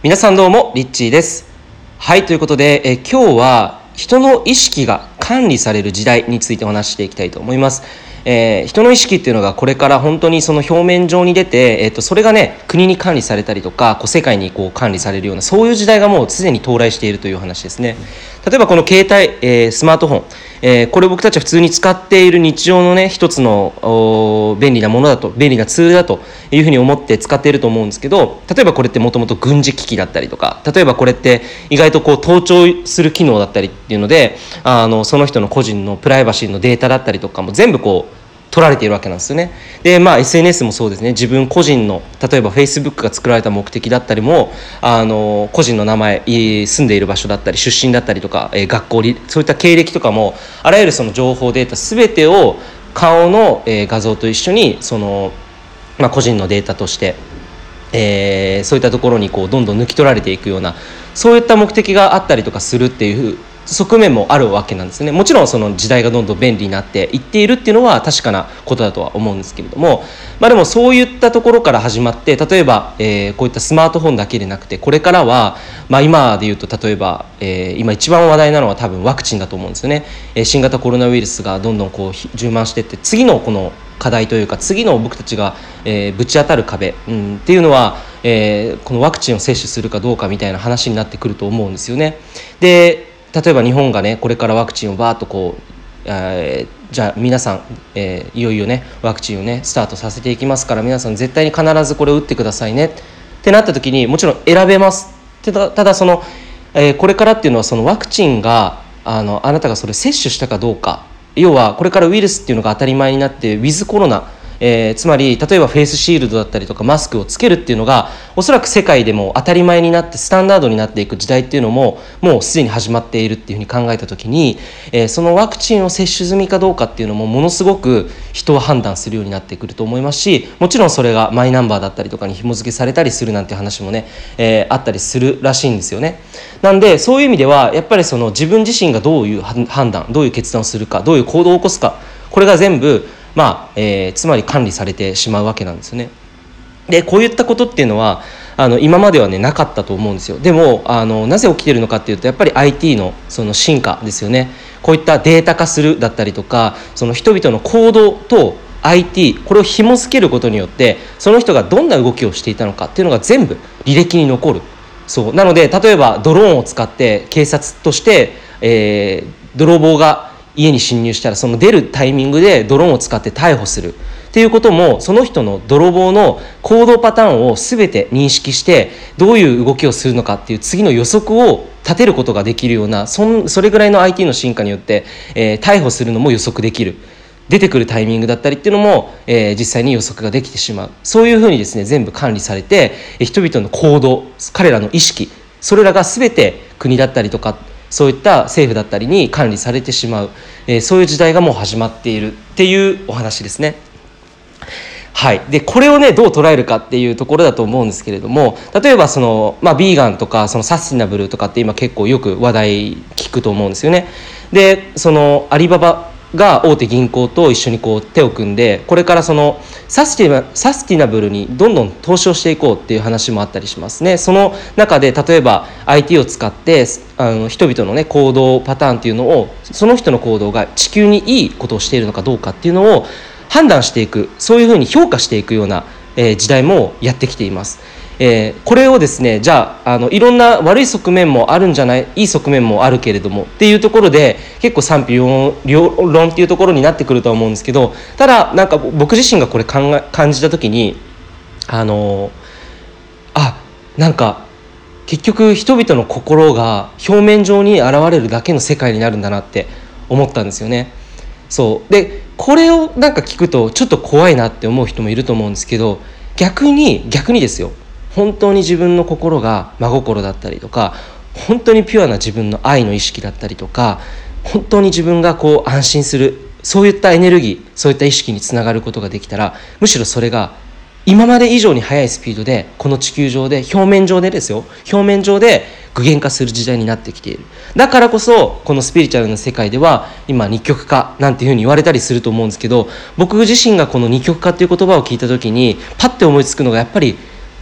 皆さんどうもリッチーです。はい、ということで、今日は人の意識が管理される時代についてお話ししていきたいと思います。人の意識っていうのがこれから本当にその表面上に出て、それがね国に管理されたりとか世界に管理されるようなそういう時代がもうすでに到来しているという話ですね。例えばこの携帯、スマートフォン、これ僕たちは普通に使っている日常のね一つの便利なものだと、便利なツールだというふうに思って使っていると思うんですけど、例えばこれってもともと軍事機器だったりとか、例えばこれって意外と盗聴する機能だったりっていうので、その人の個人のプライバシーのデータだったりとかも全部取られているわけなんですよね。で、SNS もそうですね。自分個人の例えば Facebook が作られた目的だったりも個人の名前、住んでいる場所だったり出身だったりとか、学校そういった経歴とかもあらゆるその情報データ全てを顔の、画像と一緒に個人のデータとして、そういったところにどんどん抜き取られていくようなそういった目的があったりとかするっていう側面もあるわけなんですね。もちろんその時代がどんどん便利になっていっているっていうのは確かなことだとは思うんですけれども、でもそういったところから始まって、例えば、こういったスマートフォンだけでなくてこれからは、今で言うと例えば、今一番話題なのは多分ワクチンだと思うんですよね。新型コロナウイルスがどんどん充満していって、次のこの課題というか次の僕たちが、ぶち当たる壁、っていうのは、このワクチンを接種するかどうかみたいな話になってくると思うんですよね。で例えば日本がねこれからワクチンをバーッとじゃあ皆さん、いよいよねワクチンをねスタートさせていきますから、皆さん絶対に必ずこれを打ってくださいねってなった時に、もちろん選べます。ただその、これからっていうのはそのワクチンがあなたがそれ接種したかどうか、要はこれからウイルスっていうのが当たり前になってウィズコロナ、つまり例えばフェイスシールドだったりとかマスクをつけるっていうのがおそらく世界でも当たり前になってスタンダードになっていく時代っていうのももうすでに始まっているっていうふうに考えた時に、そのワクチンを接種済みかどうかっていうのもものすごく人は判断するようになってくると思いますし、もちろんそれがマイナンバーだったりとかに紐付けされたりするなんて話もね、あったりするらしいんですよね。なんでそういう意味ではやっぱりその自分自身がどういう判断、どういう決断をするか、どういう行動を起こすか、これが全部つまり管理されてしまうわけなんですよね。でこういったことっていうのは今まではねなかったと思うんですよ。でもなぜ起きているのかっていうと、やっぱり IT のその進化ですよね。こういったデータ化するだったりとか、その人々の行動と IT これを紐付けることによってその人がどんな動きをしていたのかっていうのが全部履歴に残る。そうなので例えばドローンを使って警察として、泥棒が家に侵入したらその出るタイミングでドローンを使って逮捕するっていうことも、その人の泥棒の行動パターンを全て認識してどういう動きをするのかっていう次の予測を立てることができるような、それぐらいの IT の進化によって、逮捕するのも予測できる、出てくるタイミングだったりっていうのも、実際に予測ができてしまう。そういうふうにですね全部管理されて、人々の行動、彼らの意識、それらが全て国だったりとかそういった政府だったりに管理されてしまう、そういう時代がもう始まっているっていうお話ですね。はい、でこれをねどう捉えるかっていうところだと思うんですけれども、例えばその、ビーガンとかそのサスティナブルとかって今結構よく話題聞くと思うんですよね。でそのアリババが大手銀行と一緒に手を組んで、これからそのサスティナブルにどんどん投資をしていこうっていう話もあったりしますね。その中で例えば IT を使って人々のね行動パターンっていうのを、その人の行動が地球にいいことをしているのかどうかっていうのを判断していく、そういうふうに評価していくような、時代もやってきています。これをですね、じゃあいろんな悪い側面もあるんじゃない、いい側面もあるけれどもっていうところで結構賛否両論っていうところになってくるとは思うんですけど、ただなんか僕自身がこれ感じた時になんか結局人々の心が表面上に現れるだけの世界になるんだなって思ったんですよね。そうでこれをなんか聞くとちょっと怖いなって思う人もいると思うんですけど、逆にですよ、本当に自分の心が真心だったりとか、本当にピュアな自分の愛の意識だったりとか、本当に自分が安心する、そういったエネルギー、そういった意識につながることができたら、むしろそれが今まで以上に速いスピードでこの地球上で表面上で具現化する時代になってきている。だからこそこのスピリチュアルな世界では今二極化なんていうふうに言われたりすると思うんですけど、僕自身がこの二極化っていう言葉を聞いた時にパッて思いつくのがやっぱり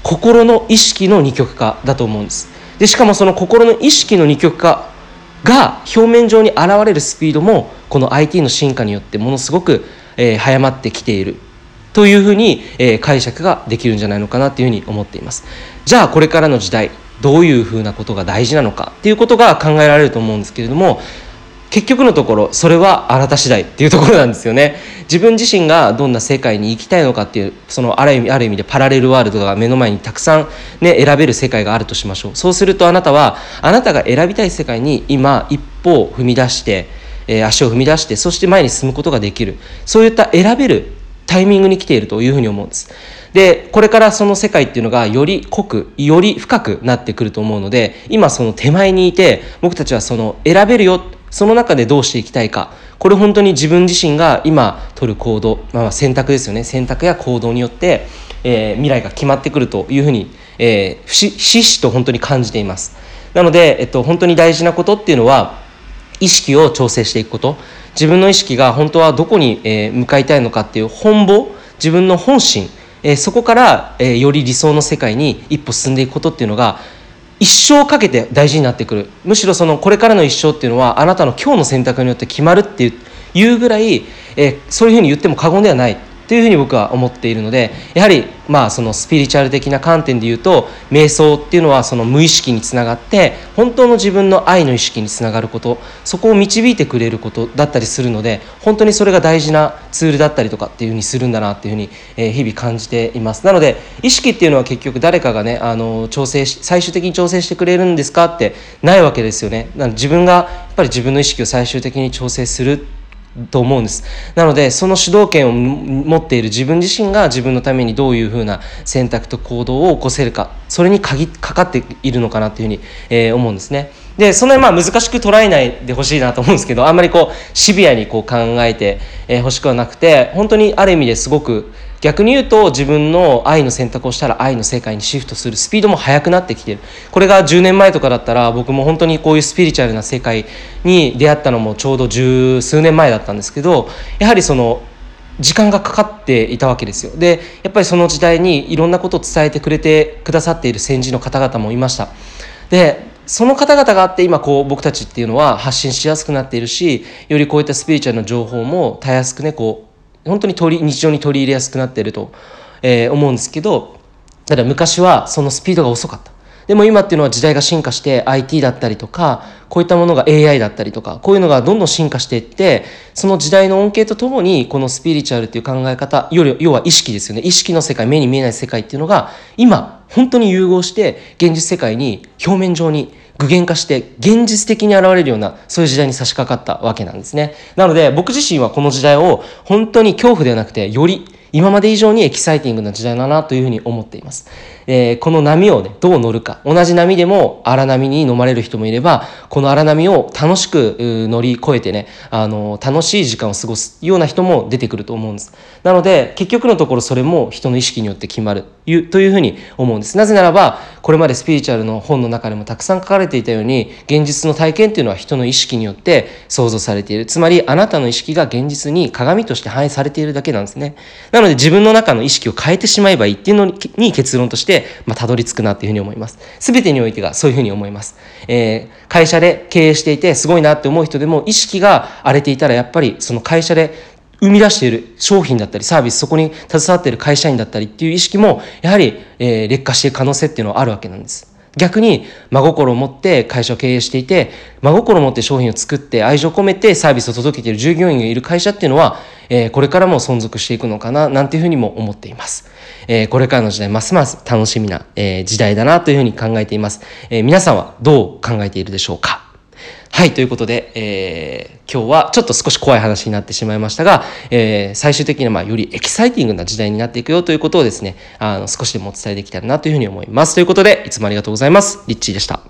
心の意識の二極化だと思うんです。でしかもその心の意識の二極化が表面上に現れるスピードもこの IT の進化によってものすごく早まってきているというふうに解釈ができるんじゃないのかなというふうに思っています。じゃあこれからの時代どういうふうなことが大事なのかっていうことが考えられると思うんですけれども、結局のところそれはあなた次第っていうところなんですよね。自分自身がどんな世界に生きたいのかっていう、そのある意味でパラレルワールドが目の前にたくさん、選べる世界があるとしましょう。そうするとあなたはあなたが選びたい世界に今一歩を踏み出して、足を踏み出して、そして前に進むことができる、そういった選べるタイミングに来ているというふうに思うんです。でこれからその世界っていうのがより濃くより深くなってくると思うので、今その手前にいて僕たちはその選べるよ、その中でどうしていきたいか、これ本当に自分自身が今取る行動、選択ですよね。選択や行動によって、未来が決まってくるというふうに、ひしひしと本当に感じています。なので、本当に大事なことっていうのは意識を調整していくこと、自分の意識が本当はどこに向かいたいのかっていう本望、自分の本心、そこからより理想の世界に一歩進んでいくことっていうのが一生かけて大事になってくる。むしろそのこれからの一生っていうのはあなたの今日の選択によって決まるっていうぐらい、そういうふうに言っても過言ではないというふうに僕は思っているので、やはりそのスピリチュアル的な観点で言うと、瞑想っていうのはその無意識につながって本当の自分の愛の意識につながること、そこを導いてくれることだったりするので、本当にそれが大事なツールだったりとかっていうふうにするんだなっていうふうに日々感じています。なので意識っていうのは結局誰かがね最終的に調整してくれるんですかってないわけですよね。自分がやっぱり自分の意識を最終的に調整すると思うんです。なのでその主導権を持っている自分自身が自分のためにどういうふうな選択と行動を起こせるか、それにかかっているのかなというふうに思うんですね。でそんなに難しく捉えないでほしいなと思うんですけど、あんまりシビアに考えてほしくはなくて、本当にある意味ですごく逆に言うと自分の愛の選択をしたら愛の世界にシフトするスピードも速くなってきている。これが10年前とかだったら僕も本当にこういうスピリチュアルな世界に出会ったのもちょうど十数年前だったんですけど、やはりその時間がかかっていたわけですよ。でやっぱりその時代にいろんなことを伝えてくださっている先人の方々もいました。でその方々があって今僕たちっていうのは発信しやすくなっているし、よりこういったスピリチュアルな情報もたやすくね本当に日常に取り入れやすくなっていると、思うんですけど、ただ昔はそのスピードが遅かった。でも今っていうのは時代が進化して IT だったりとか、こういったものが AI だったりとか、こういうのがどんどん進化していって、その時代の恩恵とともにこのスピリチュアルっていう考え方、要は意識ですよね。意識の世界、目に見えない世界っていうのが今本当に融合して現実世界に表面上に具現化して現実的に現れるような、そういう時代に差し掛かったわけなんですね。なので僕自身はこの時代を本当に恐怖ではなくて、より今まで以上にエキサイティングな時代だなというふうに思っています。この波をね、どう乗るか。同じ波でも荒波に飲まれる人もいれば、この荒波を楽しく乗り越えてね、楽しい時間を過ごすような人も出てくると思うんです。なので結局のところそれも人の意識によって決まるというふうに思うんです。なぜならばこれまでスピリチュアルの本の中でもたくさん書かれていたように、現実の体験っていうのは人の意識によって創造されている。つまりあなたの意識が現実に鏡として反映されているだけなんですね。なので自分の中の意識を変えてしまえばいいっていうのに結論としてたどり着くなっていうふうに思います。全てにおいてがそういうふうに思います。会社で経営していてすごいなって思う人でも、意識が荒れていたらやっぱりその会社で生み出している商品だったりサービス、そこに携わっている会社員だったりっていう意識もやはり、劣化している可能性っていうのはあるわけなんです。逆に真心を持って会社を経営していて、真心を持って商品を作って愛情を込めてサービスを届けている従業員がいる会社っていうのは、これからも存続していくのかななんていうふうにも思っています。これからの時代ますます楽しみな、時代だなというふうに考えています。皆さんはどう考えているでしょうか。はい、ということで、今日はちょっと少し怖い話になってしまいましたが、最終的にはよりエキサイティングな時代になっていくよということをですね、少しでもお伝えできたらなというふうに思います。ということでいつもありがとうございます。リッチーでした。